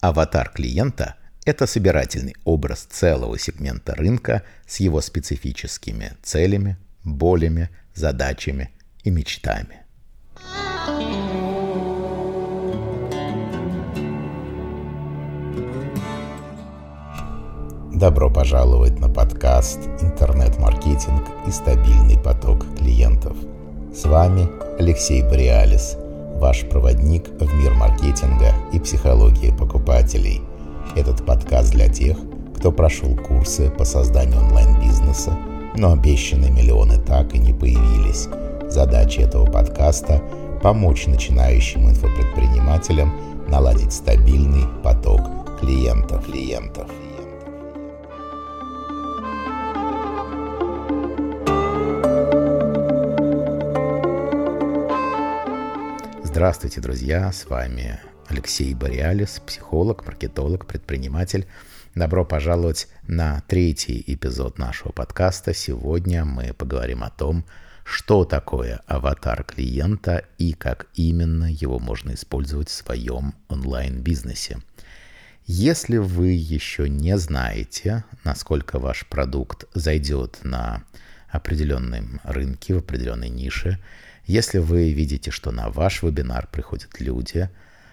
Аватар клиента – это собирательный образ целого сегмента рынка с его специфическими целями, болями, задачами и мечтами. Добро пожаловать на подкаст «Интернет-маркетинг и стабильный поток клиентов». С вами Алексей Бориалис, ваш проводник в мир маркетинга и психологии покупателей. Этот подкаст для тех, кто прошел курсы по созданию онлайн-бизнеса, но обещанные миллионы так и не появились. Задача этого подкаста – помочь начинающим инфопредпринимателям наладить стабильный поток клиентов. Здравствуйте, друзья! С вами Алексей Бориалис, психолог, маркетолог, предприниматель. Добро пожаловать на третий эпизод нашего подкаста. Сегодня мы поговорим о том, что такое аватар клиента и как именно его можно использовать в своем онлайн-бизнесе. Если вы еще не знаете, насколько ваш продукт зайдет на определенном рынке, в определенной нише, если вы видите, что на ваш вебинар приходят люди,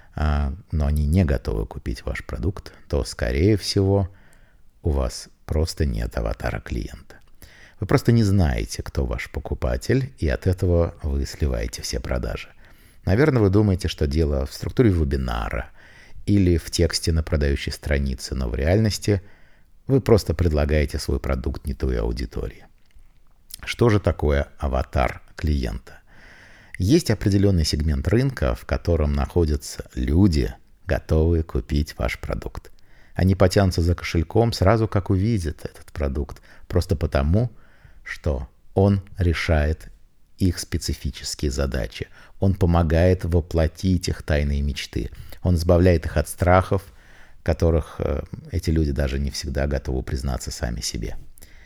но они не готовы купить ваш продукт, то, скорее всего, у вас просто нет аватара клиента. Вы просто не знаете, кто ваш покупатель, и от этого вы сливаете все продажи. Наверное, вы думаете, что дело в структуре вебинара или в тексте на продающей странице, но в реальности вы просто предлагаете свой продукт не той аудитории. Что же такое аватар клиента? Есть определенный сегмент рынка, в котором находятся люди, готовые купить ваш продукт. Они потянутся за кошельком сразу, как увидят этот продукт, просто потому, что он решает их специфические задачи. Он помогает воплотить их тайные мечты. Он избавляет их от страхов, которых эти люди даже не всегда готовы признаться сами себе.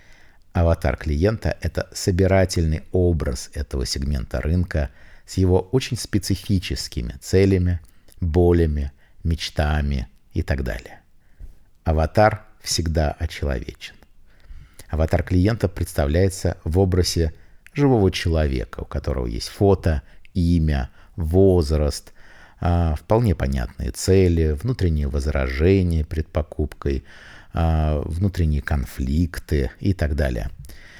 Аватар клиента – это собирательный образ этого сегмента рынка с его очень специфическими целями, болями, мечтами и так далее. Аватар всегда очеловечен. Аватар клиента представляется в образе живого человека, у которого есть фото, имя, возраст, вполне понятные цели, внутренние возражения перед покупкой, внутренние конфликты и так далее.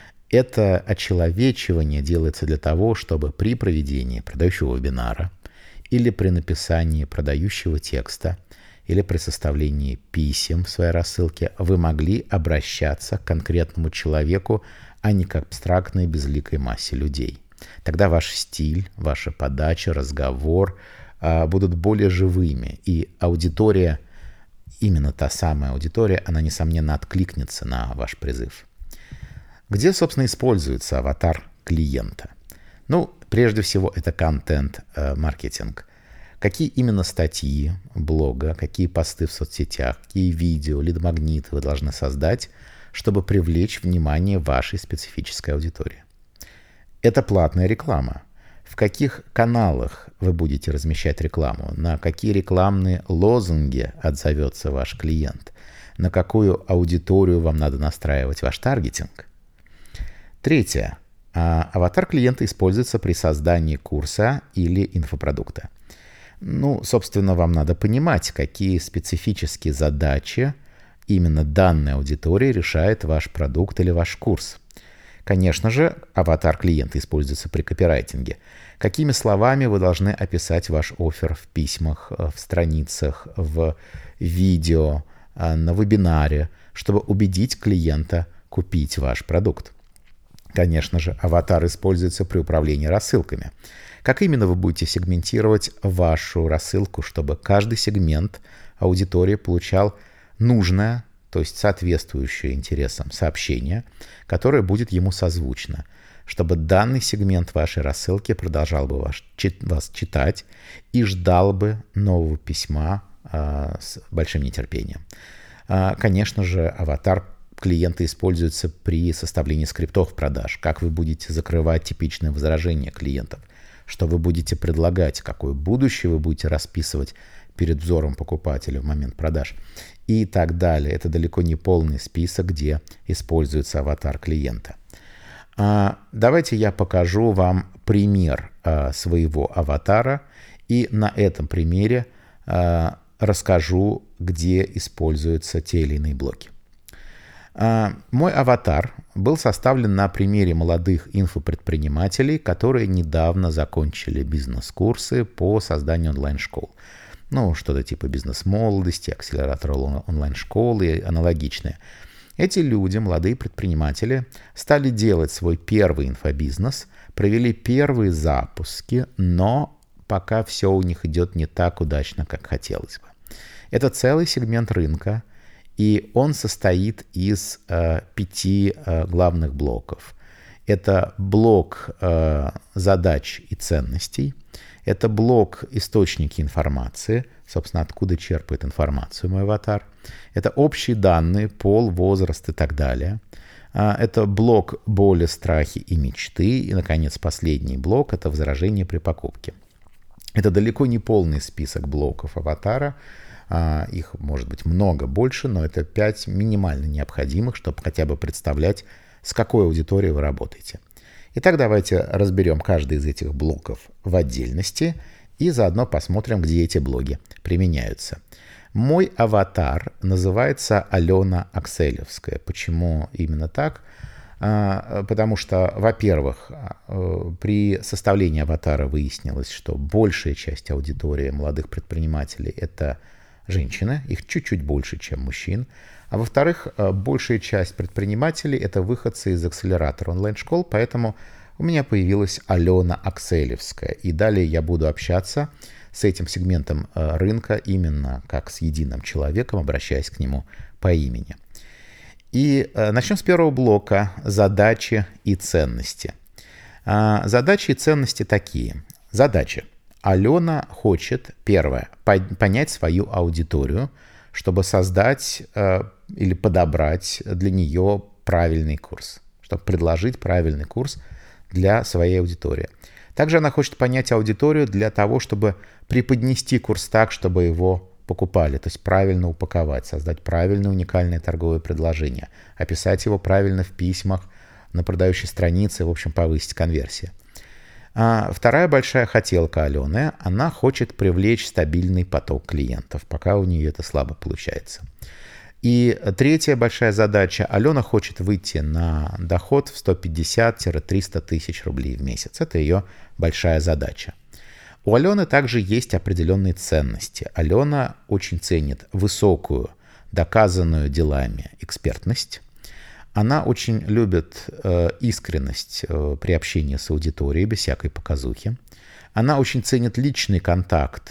Это очеловечивание делается для того, чтобы при проведении продающего вебинара или при написании продающего текста или при составлении писем в своей рассылке вы могли обращаться к конкретному человеку, а не к абстрактной безликой массе людей. Тогда ваш стиль, ваша подача, разговор будут более живыми, и аудитория, именно та самая аудитория, она, несомненно, откликнется на ваш призыв. Где, собственно, используется аватар клиента? Прежде всего, это контент-маркетинг. Какие именно статьи блога, какие посты в соцсетях, какие видео, лид-магниты вы должны создать, чтобы привлечь внимание вашей специфической аудитории? Это платная реклама. В каких каналах вы будете размещать рекламу? На какие рекламные лозунги отзовется ваш клиент? На какую аудиторию вам надо настраивать ваш таргетинг? Третье. Аватар клиента используется при создании курса или инфопродукта. Собственно, вам надо понимать, какие специфические задачи именно данной аудитории решает ваш продукт или ваш курс. Конечно же, аватар клиента используется при копирайтинге. Какими словами вы должны описать ваш оффер в письмах, в страницах, в видео, на вебинаре, чтобы убедить клиента купить ваш продукт? Конечно же, аватар используется при управлении рассылками. Как именно вы будете сегментировать вашу рассылку, чтобы каждый сегмент аудитории получал нужное, то есть соответствующее интересам сообщение, которое будет ему созвучно, чтобы данный сегмент вашей рассылки продолжал бы вас читать и ждал бы нового письма с большим нетерпением. Конечно же, аватар клиента используется при составлении скриптов продаж, как вы будете закрывать типичные возражения клиентов, что вы будете предлагать, какое будущее вы будете расписывать перед взором покупателя в момент продаж и так далее. Это далеко не полный список, где используется аватар клиента. Давайте я покажу вам пример своего аватара и на этом примере расскажу, где используются те или иные блоки. Мой аватар был составлен на примере молодых инфопредпринимателей, которые недавно закончили бизнес-курсы по созданию онлайн-школ. Ну, что-то типа бизнес-молодости, акселератора онлайн-школы и аналогичное. Эти люди, молодые предприниматели, стали делать свой первый инфобизнес, провели первые запуски, но пока все у них идет не так удачно, как хотелось бы. Это целый сегмент рынка, и он состоит из 5 главных блоков. Это блок задач и ценностей, это блок источники информации, собственно, откуда черпает информацию мой аватар. Это общие данные, пол, возраст и так далее. Это блок боли, страхи и мечты. И, наконец, последний блок – это возражение при покупке. Это далеко не полный список блоков аватара. Их может быть много больше, но это 5 минимально необходимых, чтобы хотя бы представлять, с какой аудиторией вы работаете. Итак, давайте разберем каждый из этих блоков в отдельности и заодно посмотрим, где эти блоки применяются. Мой аватар называется Алена Акселевская. Почему именно так? Потому что, во-первых, при составлении аватара выяснилось, что большая часть аудитории молодых предпринимателей – это женщины, их чуть-чуть больше, чем мужчин. А во-вторых, большая часть предпринимателей – это выходцы из акселератора онлайн-школ, поэтому у меня появилась Алена Акселевская. И далее я буду общаться с этим сегментом рынка именно как с единым человеком, обращаясь к нему по имени. И начнем с первого блока – задачи и ценности. Задачи и ценности такие. Задача. Алена хочет, первое, понять свою аудиторию, чтобы создать или подобрать для нее правильный курс, чтобы предложить правильный курс для своей аудитории. Также она хочет понять аудиторию для того, чтобы преподнести курс так, чтобы его покупали, то есть правильно упаковать, создать правильное уникальное торговое предложение, описать его правильно в письмах, на продающей странице, в общем, повысить конверсию. Вторая большая хотелка Алены, она хочет привлечь стабильный поток клиентов, пока у нее это слабо получается. И третья большая задача, Алена хочет выйти на доход в 150-300 тысяч рублей в месяц. Это ее большая задача. У Алены также есть определенные ценности. Алена очень ценит высокую, доказанную делами экспертность. Она очень любит искренность при общении с аудиторией, без всякой показухи. Она очень ценит личный контакт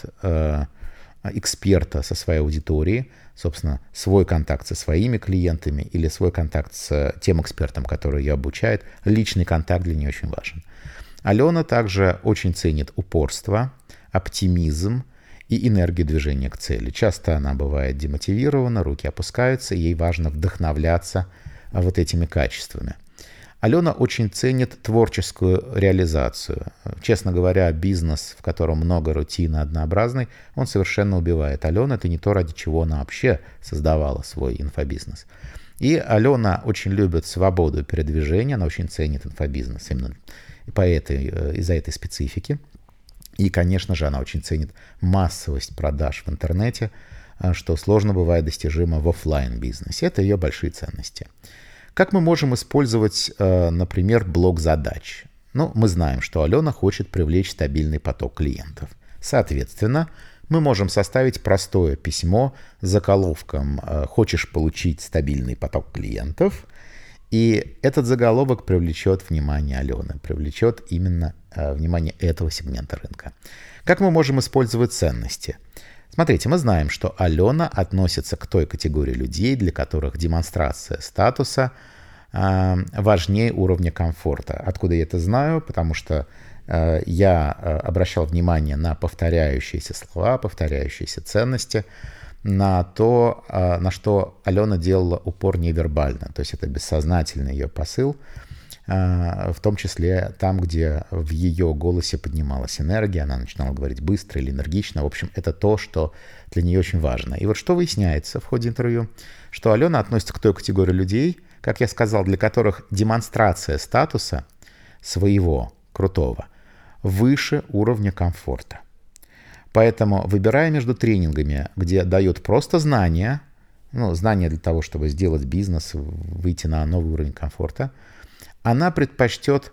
эксперта со своей аудиторией, собственно, свой контакт со своими клиентами или свой контакт с тем экспертом, который ее обучает. Личный контакт для нее очень важен. Алена также очень ценит упорство, оптимизм и энергию движения к цели. Часто она бывает демотивирована, руки опускаются, ей важно вдохновляться вот этими качествами. Алена очень ценит творческую реализацию. Честно говоря, бизнес, в котором много рутины, однообразный, он совершенно убивает. Алена — это не то, ради чего она вообще создавала свой инфобизнес. И Алена очень любит свободу передвижения, она очень ценит инфобизнес именно из-за этой специфики. И, конечно же, она очень ценит массовость продаж в интернете, что сложно бывает достижимо в офлайн-бизнесе. Это ее большие ценности. Как мы можем использовать, например, блок задач? Ну, мы знаем, что Алена хочет привлечь стабильный поток клиентов. Соответственно, мы можем составить простое письмо с заголовком «Хочешь получить стабильный поток клиентов?». И этот заголовок привлечет внимание Алены, привлечет именно внимание этого сегмента рынка. Как мы можем использовать ценности? Смотрите, мы знаем, что Алена относится к той категории людей, для которых демонстрация статуса важнее уровня комфорта. Откуда я это знаю? Потому что я обращал внимание на повторяющиеся слова, повторяющиеся ценности, на то, на что Алена делала упор невербально. То есть это бессознательный ее посыл. в том числе там, где в ее голосе поднималась энергия, она начинала говорить быстро или энергично. В общем, это то, что для нее очень важно. И вот что выясняется в ходе интервью, что Алена относится к той категории людей, как я сказал, для которых демонстрация статуса своего крутого выше уровня комфорта. Поэтому, выбирая между тренингами, где дают просто знания, знания для того, чтобы сделать бизнес, выйти на новый уровень комфорта, она предпочтет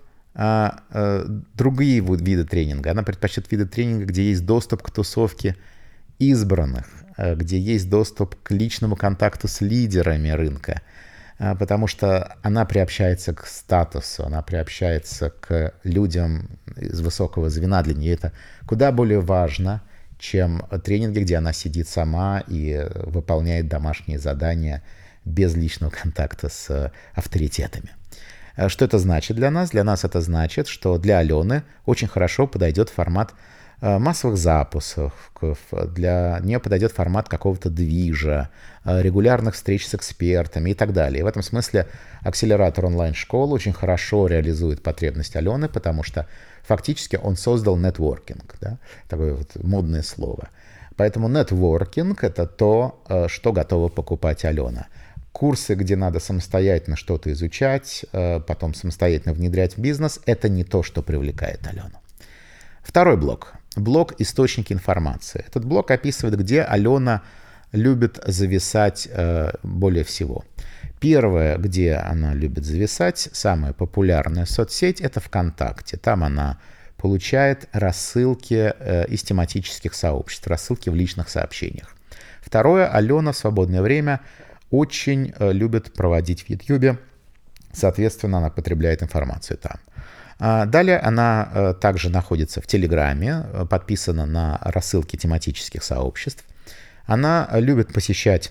другие виды тренинга. Она предпочтет виды тренинга, где есть доступ к тусовке избранных, где есть доступ к личному контакту с лидерами рынка, потому что она приобщается к статусу, она приобщается к людям из высокого звена. Для нее это куда более важно, чем тренинги, где она сидит сама и выполняет домашние задания без личного контакта с авторитетами. Что это значит для нас? Для нас это значит, что для Алены очень хорошо подойдет формат массовых запусков, для нее подойдет формат какого-то движа, регулярных встреч с экспертами и так далее. И в этом смысле акселератор онлайн-школ очень хорошо реализует потребность Алены, потому что фактически он создал нетворкинг, да? Такое вот модное слово. Поэтому нетворкинг — это то, что готова покупать Алена. Курсы, где надо самостоятельно что-то изучать, потом самостоятельно внедрять в бизнес, это не то, что привлекает Алену. Второй блок. Блок «Источники информации». Этот блок описывает, где Алена любит зависать более всего. Первое, где она любит зависать, самая популярная соцсеть — это ВКонтакте. Там она получает рассылки из тематических сообществ, рассылки в личных сообщениях. Второе, Алена в свободное время очень любит проводить в Ютьюбе, соответственно, она потребляет информацию там. Далее она также находится в Телеграме, подписана на рассылки тематических сообществ. Она любит посещать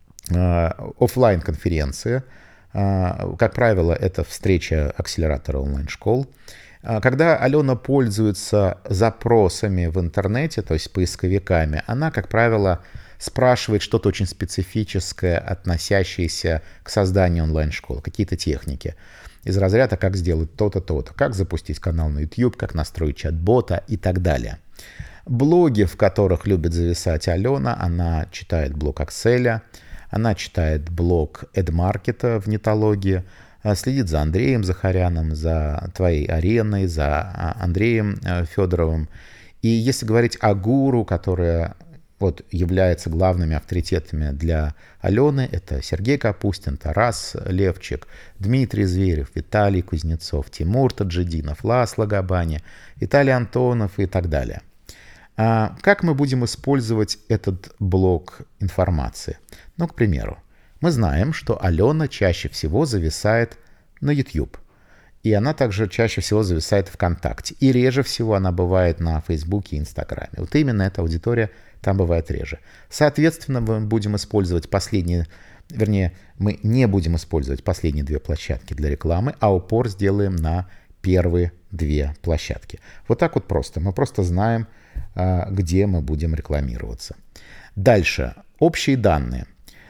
офлайн-конференции. Как правило, это встреча акселератора онлайн-школ. Когда Алена пользуется запросами в интернете, то есть поисковиками, она, как правило, спрашивает что-то очень специфическое, относящееся к созданию онлайн-школ, какие-то техники. Из разряда, как сделать то-то, то-то, как запустить канал на YouTube, как настроить чат-бота и так далее. Блоги, в которых любит зависать Алена, она читает блог Акселя, она читает блог Эдмаркета в нетологии, следит за Андреем Захаряном, за твоей ареной, за Андреем Федоровым. И если говорить о гуру, которая является главными авторитетами для Алены, это Сергей Капустин, Тарас Левчик, Дмитрий Зверев, Виталий Кузнецов, Тимур Таджидинов, Ласло Габани, Виталий Антонов и так далее. Как мы будем использовать этот блок информации? К примеру, мы знаем, что Алена чаще всего зависает на YouTube. И она также чаще всего зависает в ВКонтакте. И реже всего она бывает на Фейсбуке и Инстаграме. Вот именно эта аудитория там бывает реже. Соответственно, мы будем использовать мы не будем использовать последние две площадки для рекламы, а упор сделаем на первые две площадки. Вот так вот просто. Мы просто знаем, где мы будем рекламироваться. Дальше. Общие данные.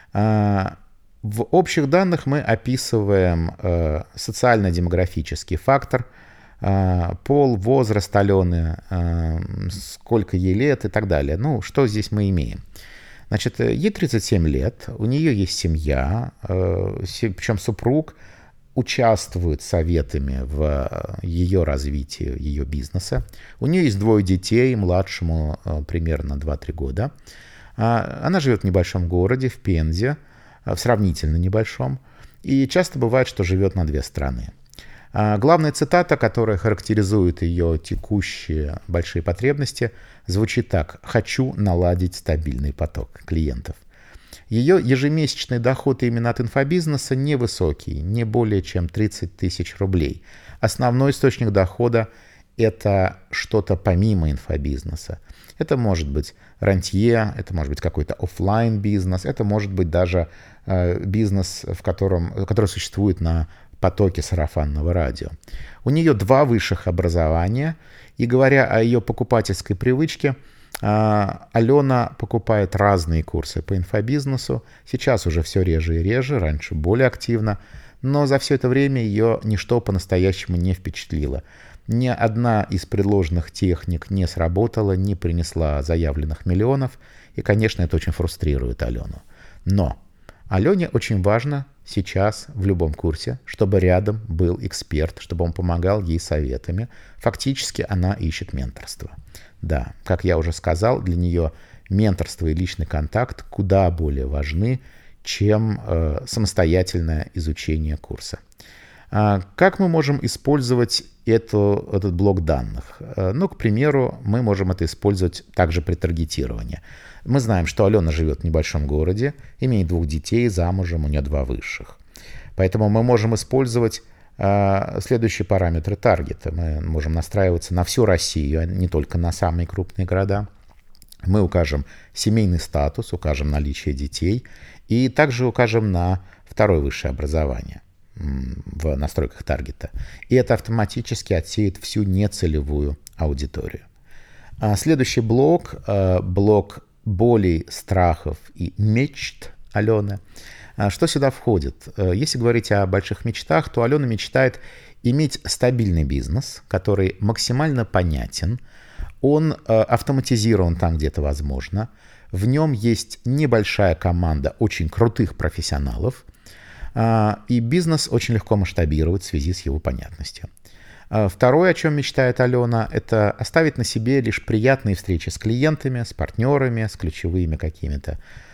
В общих данных мы описываем социально-демографический фактор, пол, возраст Алены, сколько ей лет и так далее. Что здесь мы имеем? Значит, ей 37 лет, у нее есть семья, причем супруг участвует советами в ее развитии, ее бизнеса. У нее есть 2 детей, младшему примерно 2-3 года. Она живет в небольшом городе, в Пензе, в сравнительно небольшом, и часто бывает, что живет на 2 страны. Главная цитата, которая характеризует ее текущие большие потребности, звучит так: «Хочу наладить стабильный поток клиентов». Ее ежемесячный доход именно от инфобизнеса невысокий, не более чем 30 тысяч рублей. Основной источник дохода – это что-то помимо инфобизнеса. Это может быть рантье, это может быть какой-то офлайн бизнес, это может быть даже бизнес, который существует на потоке сарафанного радио. У нее 2 высших образования, и говоря о ее покупательской привычке, Алена покупает разные курсы по инфобизнесу. Сейчас уже все реже и реже, раньше более активно. но за все это время ее ничто по-настоящему не впечатлило. Ни одна из предложенных техник не сработала, не принесла заявленных миллионов, и, конечно, это очень фрустрирует Алену. Но Алене очень важно сейчас в любом курсе, чтобы рядом был эксперт, чтобы он помогал ей советами. Фактически она ищет менторство. Да, как я уже сказал, для нее менторство и личный контакт куда более важны, чем самостоятельное изучение курса. Как мы можем использовать этот блок данных? Ну, к примеру, мы можем это использовать также при таргетировании. Мы знаем, что Алена живет в небольшом городе, имеет 2 детей, замужем, у нее 2 высших. Поэтому мы можем использовать следующие параметры таргета. Мы можем настраиваться на всю Россию, а не только на самые крупные города. Мы укажем семейный статус, укажем наличие детей и также укажем на 2-е высшее образование в настройках таргета. И это автоматически отсеет всю нецелевую аудиторию. Следующий блок, блок болей, страхов и мечт Алены. Что сюда входит? Если говорить о больших мечтах, то Алена мечтает иметь стабильный бизнес, который максимально понятен, он автоматизирован там, где это возможно, в нем есть небольшая команда очень крутых профессионалов, и бизнес очень легко масштабировать в связи с его понятностью. Второе, о чем мечтает Алена, это оставить на себе лишь приятные встречи с клиентами, с партнерами, с ключевыми какими-то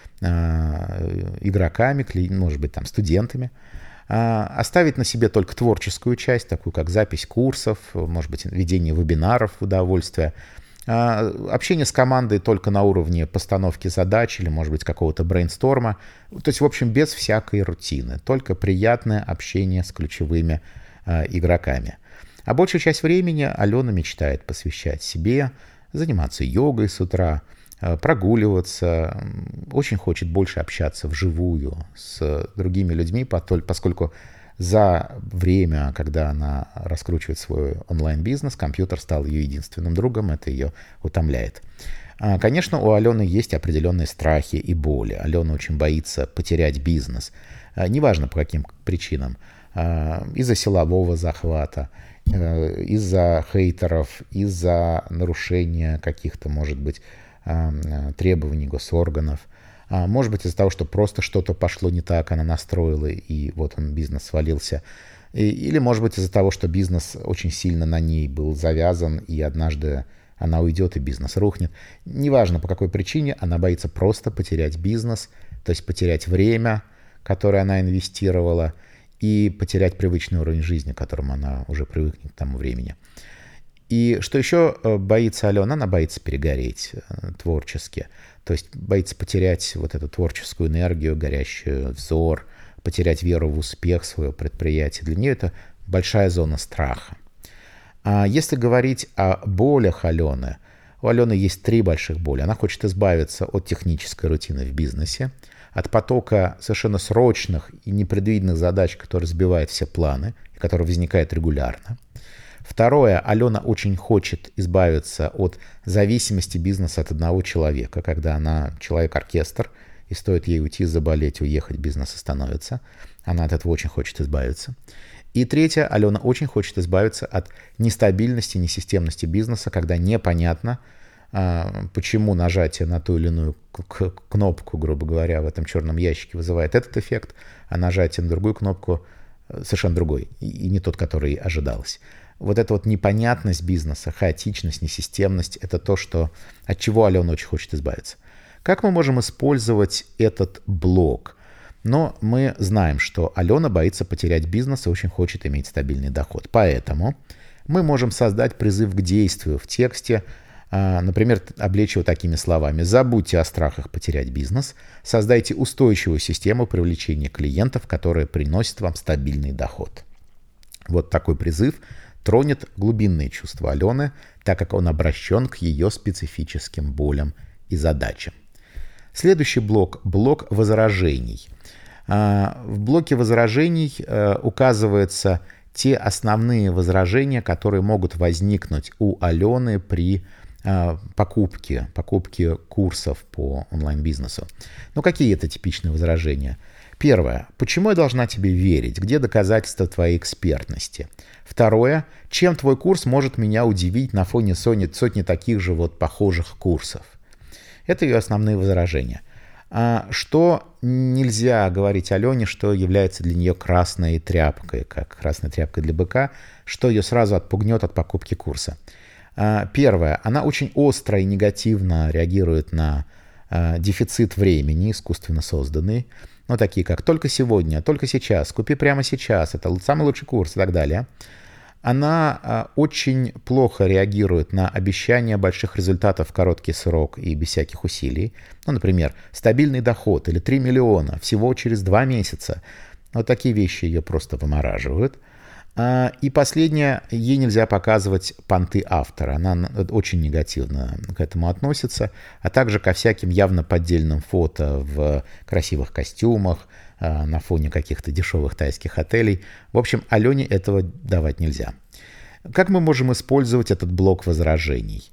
игроками, может быть, там, студентами. Оставить на себе только творческую часть, такую как запись курсов, может быть, ведение вебинаров в удовольствие. Общение с командой только на уровне постановки задач или, может быть, какого-то брейнсторма. То есть, в общем, без всякой рутины. Только приятное общение с ключевыми игроками. А большую часть времени Алена мечтает посвящать себе, заниматься йогой с утра, прогуливаться. Очень хочет больше общаться вживую с другими людьми, поскольку за время, когда она раскручивает свой онлайн-бизнес, компьютер стал ее единственным другом, это ее утомляет. Конечно, у Алены есть определенные страхи и боли. Алена очень боится потерять бизнес. Неважно по каким причинам. Из-за силового захвата, из-за хейтеров, из-за нарушения каких-то, может быть, требований госорганов. Может быть, из-за того, что просто что-то пошло не так, она настроила, и вот он, бизнес свалился. Или, может быть, из-за того, что бизнес очень сильно на ней был завязан, и однажды она уйдет, и бизнес рухнет. Неважно, по какой причине, она боится просто потерять бизнес, то есть потерять время, которое она инвестировала, и потерять привычный уровень жизни, к которому она уже привыкнет к тому времени. И что еще боится Алена? Она боится перегореть творчески. То есть боится потерять вот эту творческую энергию, горящий взор, потерять веру в успех своего предприятия. Для нее это большая зона страха. А если говорить о болях Алены, у Алены есть 3 больших боли. Она хочет избавиться от технической рутины в бизнесе, от потока совершенно срочных и непредвиденных задач, которые сбивают все планы, и которые возникают регулярно. Второе, Алена очень хочет избавиться от зависимости бизнеса от одного человека, когда она человек-оркестр, и стоит ей уйти, заболеть, уехать, бизнес остановится. Она от этого очень хочет избавиться. И третье, Алена очень хочет избавиться от нестабильности, несистемности бизнеса, когда непонятно, почему нажатие на ту или иную кнопку, грубо говоря, в этом черном ящике вызывает этот эффект, а нажатие на другую кнопку совершенно другой, и не тот, который ожидалось. Вот эта вот непонятность бизнеса, хаотичность, несистемность — это то, от чего Алена очень хочет избавиться. Как мы можем использовать этот блок? Но мы знаем, что Алена боится потерять бизнес и очень хочет иметь стабильный доход. Поэтому мы можем создать призыв к действию в тексте, например, облечь его такими словами: забудьте о страхах потерять бизнес, создайте устойчивую систему привлечения клиентов, которая приносит вам стабильный доход. Вот такой призыв тронет глубинные чувства Алены, так как он обращен к ее специфическим болям и задачам. Следующий блок – блок возражений. В блоке возражений указываются те основные возражения, которые могут возникнуть у Алены при покупке курсов по онлайн-бизнесу. Ну, какие это типичные возражения? Первое. Почему я должна тебе верить? Где доказательства твоей экспертности? Второе. Чем твой курс может меня удивить на фоне сотни таких же вот похожих курсов? Это ее основные возражения. Что нельзя говорить Алене, что является для нее красной тряпкой, как красной тряпкой для быка, что ее сразу отпугнет от покупки курса? Первое. Она очень остро и негативно реагирует на дефицит времени, искусственно созданный. Ну, такие как «только сегодня», «только сейчас», «купи прямо сейчас», «это самый лучший курс» и так далее. Она очень плохо реагирует на обещания больших результатов в короткий срок и без всяких усилий. Ну, например, стабильный доход или 3 миллиона всего через 2 месяца. Вот такие вещи ее просто вымораживают. И последнее, ей нельзя показывать понты автора. Она очень негативно к этому относится, а также ко всяким явно поддельным фото в красивых костюмах, на фоне каких-то дешевых тайских отелей. В общем, Алене этого давать нельзя. Как мы можем использовать этот блок возражений?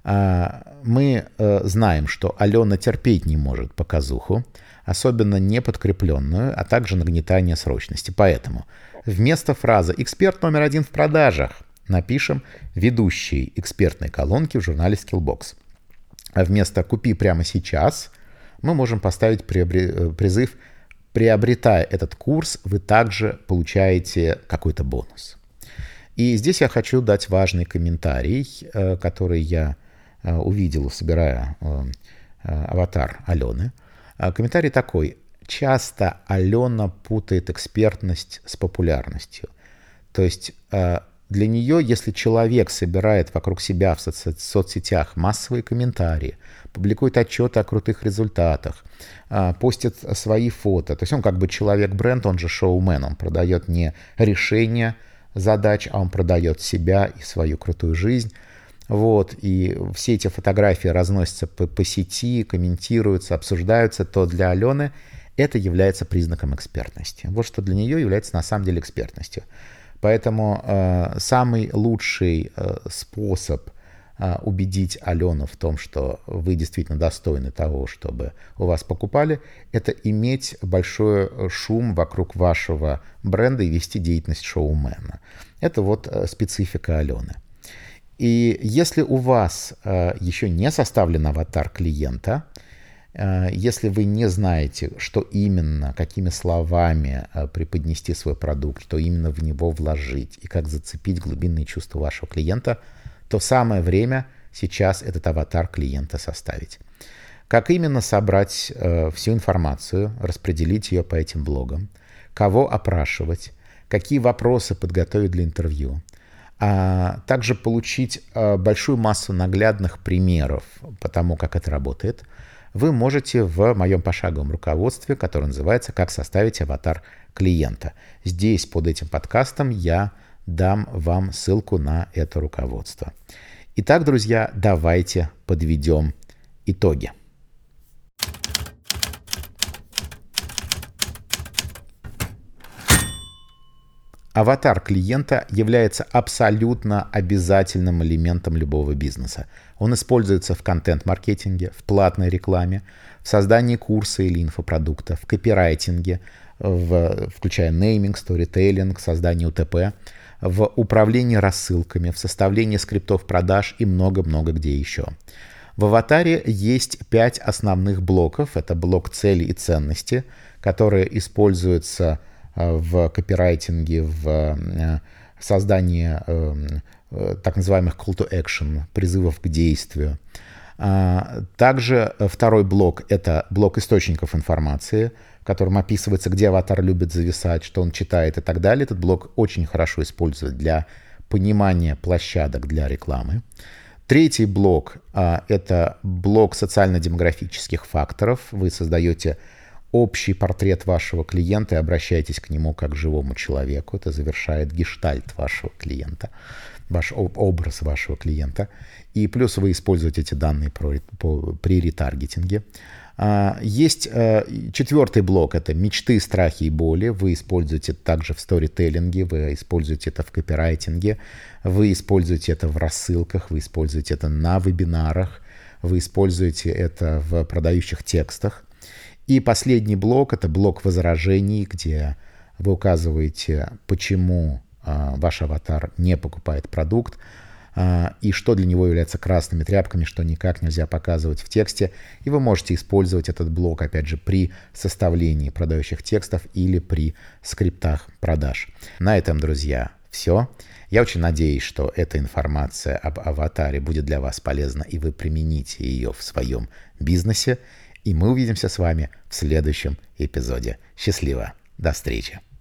Мы знаем, что Алена терпеть не может показуху, особенно неподкрепленную, а также нагнетание срочности. Поэтому вместо фразы «эксперт номер 1 в продажах» напишем «ведущий экспертной колонки в журнале Skillbox». А вместо «купи прямо сейчас» мы можем поставить призыв «приобретая этот курс, вы также получаете какой-то бонус». И здесь я хочу дать важный комментарий, который я увидел, собирая аватар Алены. Комментарий такой. Часто Алена путает экспертность с популярностью. То есть для нее, если человек собирает вокруг себя в соцсетях массовые комментарии, публикует отчеты о крутых результатах, постит свои фото, то есть он как бы человек-бренд, он же шоумен, он продает не решение задач, а он продает себя и свою крутую жизнь. Вот, и все эти фотографии разносятся по сети, комментируются, обсуждаются, то для Алены это является признаком экспертности. Вот что для нее является на самом деле экспертностью. Поэтому самый лучший способ убедить Алену в том, что вы действительно достойны того, чтобы у вас покупали, это иметь большой шум вокруг вашего бренда и вести деятельность шоумена. Это вот специфика Алены. И если у вас еще не составлен аватар клиента, если вы не знаете, что именно, какими словами преподнести свой продукт, что именно в него вложить и как зацепить глубинные чувства вашего клиента, то самое время сейчас этот аватар клиента составить. Как именно собрать всю информацию, распределить ее по этим блогам, кого опрашивать, какие вопросы подготовить для интервью, а также получить большую массу наглядных примеров по тому, как это работает, вы можете в моем пошаговом руководстве, которое называется «Как составить аватар клиента». Здесь под этим подкастом я дам вам ссылку на это руководство. Итак, друзья, давайте подведем итоги. Аватар клиента является абсолютно обязательным элементом любого бизнеса. Он используется в контент-маркетинге, в платной рекламе, в создании курса или инфопродукта, в копирайтинге, включая нейминг, сторителлинг, создание УТП, в управлении рассылками, в составлении скриптов продаж и много-много где еще. В аватаре есть 5 основных блоков. Это блок цели и ценности, которые используются в копирайтинге, в создании так называемых call to action, призывов к действию. Также второй блок — это блок источников информации, в котором описывается, где аватар любит зависать, что он читает и так далее. Этот блок очень хорошо используют для понимания площадок для рекламы. Третий блок — это блок социально-демографических факторов. Вы создаете общий портрет вашего клиента и обращаетесь к нему как к живому человеку. Это завершает гештальт вашего клиента, ваш образ вашего клиента. И плюс вы используете эти данные при ретаргетинге. Есть четвертый блок — это мечты, страхи и боли. Вы используете это также в сторителлинге, вы используете это в копирайтинге, вы используете это в рассылках, вы используете это на вебинарах, вы используете это в продающих текстах. И последний блок — это блок возражений, где вы указываете, почему ваш аватар не покупает продукт, и что для него является красными тряпками, что никак нельзя показывать в тексте. И вы можете использовать этот блок, опять же, при составлении продающих текстов или при скриптах продаж. На этом, друзья, все. Я очень надеюсь, что эта информация об аватаре будет для вас полезна, и вы примените ее в своем бизнесе. И мы увидимся с вами в следующем эпизоде. Счастливо! До встречи!